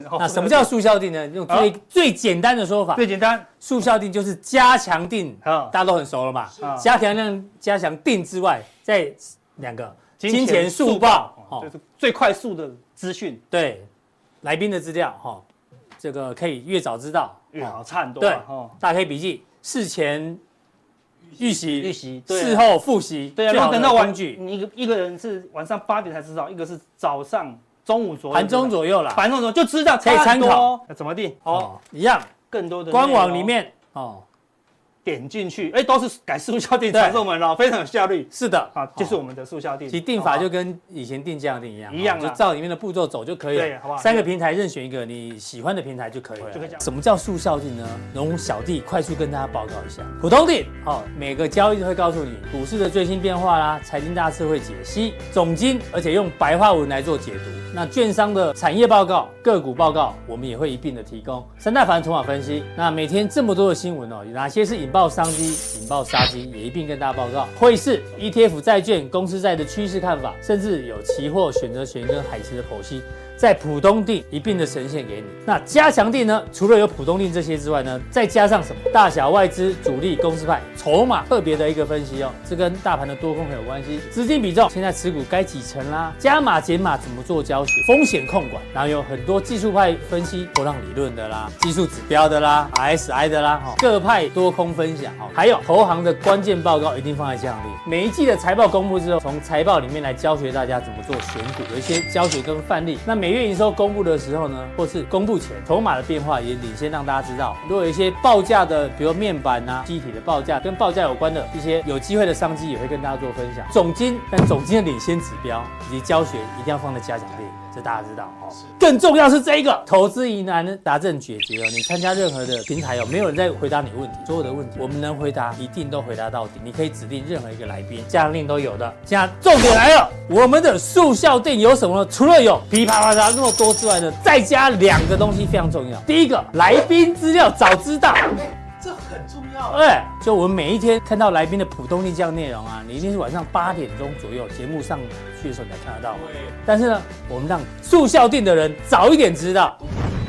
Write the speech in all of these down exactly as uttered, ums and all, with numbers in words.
那什么叫速效定呢？用最最简单的说法， 最简单， 速效定就是加强定，大家都很熟了嘛。加强量、加强定之外，再两个金钱速报， 就是最快速的资讯。 对，来宾的资料哈，这个可以越早知道越好，差很多。 对，大 K 笔记事前预习， 预习， 事后复习， 对啊，然后等到晚具，你一个一个人是晚上八点才知道，一个是早上。中午左右， 盘中左右啦， 盘中左右就知道， 可以参考。 怎么定？ 哦，一样， 更多的官网里面哦， 点进去，哎，都是改速效定传送门了，非常有效率。 是的， 啊，就是我们的速效定。 其实定法就跟以前定价定一样， 一样， 就照里面的步骤走就可以了。 对，好不好？ 三个平台任选一个你喜欢的平台就可以了。什么叫速效定呢？容小弟快速跟大家报告一下。普通定，哦，每个交易都会告诉你股市的最新变化啦，财经大事会解析总经，而且用白话文来做解读。那券商的产业报告、个股报告，我们也会一并的提供。三大法人筹码分析，那每天这么多的新闻哦，有哪些是引爆商机、引爆杀机，也一并跟大家报告。汇市、E T F 债券、公司债的趋势看法，甚至有期货、选择权跟海期的剖析，在普通定一并的呈现给你。那加强定呢，除了有普通定这些之外呢，再加上什么大小外资、主力、公司派、筹码特别的一个分析哦，这跟大盘的多空很有关系。资金比重，现在持股该几成啦？加码减码怎么做教学？风险控管，然后有很多技术派分析、波浪理论的啦、技术指标的啦、R S I 的啦，哈，各派多空分享哈，还有投行的关键报告一定放在加强定。每一季的财报公布之后，从财报里面来教学大家怎么做选股，有一些教学跟范例。那每月营收公布的时候呢，或是公布前，筹码的变化也领先让大家知道。如果有一些报价的，比如面板啊、机体的报价跟报价有关的一些有机会的商机，也会跟大家做分享。总经，但总经的领先指标以及教学一定要放在加强定。这大家知道哦。更重要是这一个投资疑难答正解决哦。你参加任何的平台哦，没有人在回答你问题，所有的问题我们能回答，一定都回答到底。你可以指定任何一个来宾，加强定都有的。现在重点来了，我们的速效定有什么呢？除了有噼啪啪啪那么多之外呢，再加两个东西非常重要。第一个，来宾资料早知道。 这很重要。 哎，就我们每一天看到来宾的普通定这样内容啊，你一定是晚上八点钟左右节目上去的时候你才看得到。但是呢，我们让速效定的人早一点知道。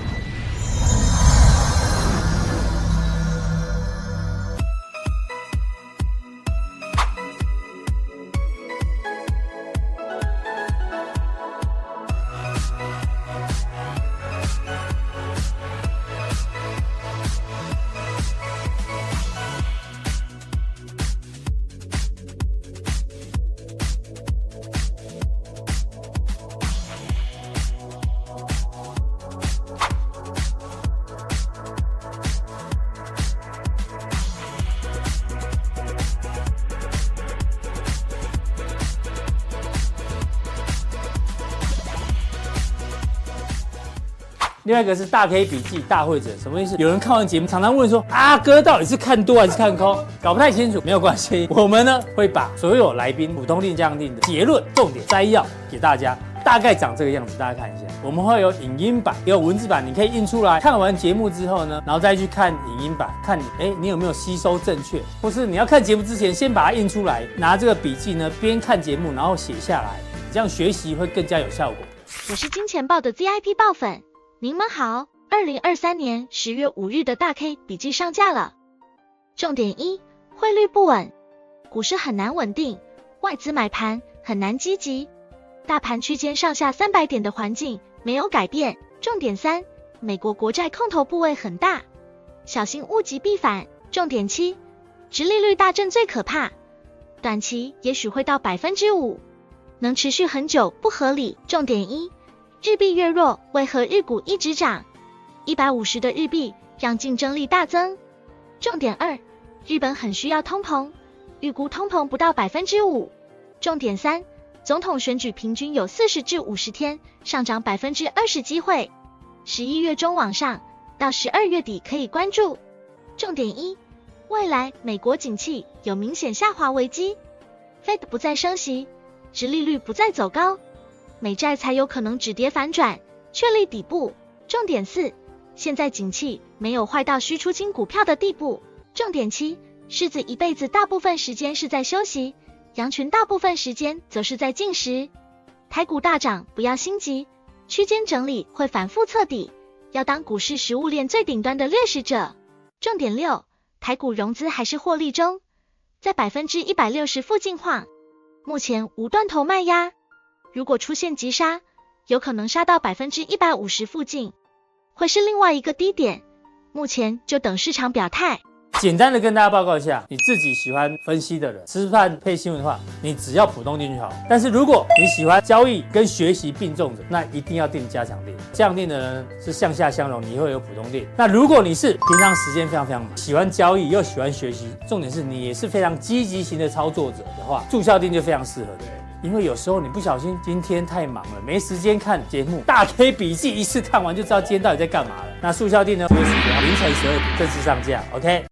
另外一个是大 K 笔记大会者，什么意思？有人看完节目，常常问说：“阿哥到底是看多还是看空？”搞不太清楚，没有关系，我们呢会把所有来宾普通定、加强定的结论、重点摘要给大家，大概长这个样子，大家看一下。我们会有影音版，也有文字版，你可以印出来。看完节目之后呢，然后再去看影音版，看你哎你有没有吸收正确，或是你要看节目之前先把它印出来，拿这个笔记呢边看节目，然后写下来，这样学习会更加有效果。 我是金钱豹的 V I P 爆粉。您们好，二零二三年十月五日的大 K 笔记上架了。重点一，汇率不稳，股市很难稳定，外资买盘很难积极，大盘区间上下三百点的环境没有改变。重点三，美国国债空头部位很大，小心物极必反。重点七，殖利率大震最可怕，短期也许会到 百分之五， 能持续很久不合理。重点一，日币越弱，为何日股一直涨？一百五十的日币让竞争力大增。重点二，日本很需要通膨，预估通膨不到 百分之五。重点三，总统选举平均有四十至五十天，上涨 百分之二十 机会。十一月中往上，到十二月底可以关注。重点一，未来美国景气有明显下滑危机 ，Fed 不再升息，殖利率不再走高。美债才有可能止跌反转，确立底部。重点四，现在景气没有坏到需出清股票的地步。重点七，狮子一辈子大部分时间是在休息，羊群大部分时间则是在进食。台股大涨不要心急，区间整理会反复测底， 要当股市食物链最顶端的掠食者。重点六，台股融资还是获利中，在百分之一百六十附近晃，目前无断头卖压，如果出现急杀，有可能杀到百分之一百五十附近，会是另外一个低点，目前就等市场表态。 简单的跟大家报告一下，你自己喜欢分析的人，吃饭配新闻的话，你只要普通定就好。但是如果你喜欢交易跟学习并重的，那一定要定加强定。加强定的人是向下相容，你会有普通定。那如果你是平常时间非常非常忙，喜欢交易又喜欢学习，重点是你也是非常积极型的操作者的话，助效定就非常适合的。因为有时候你不小心今天太忙了，没时间看节目，大 K 笔记一次看完就知道今天到底在干嘛了。那速效定呢，会是凌晨十二点正式上架 ，OK。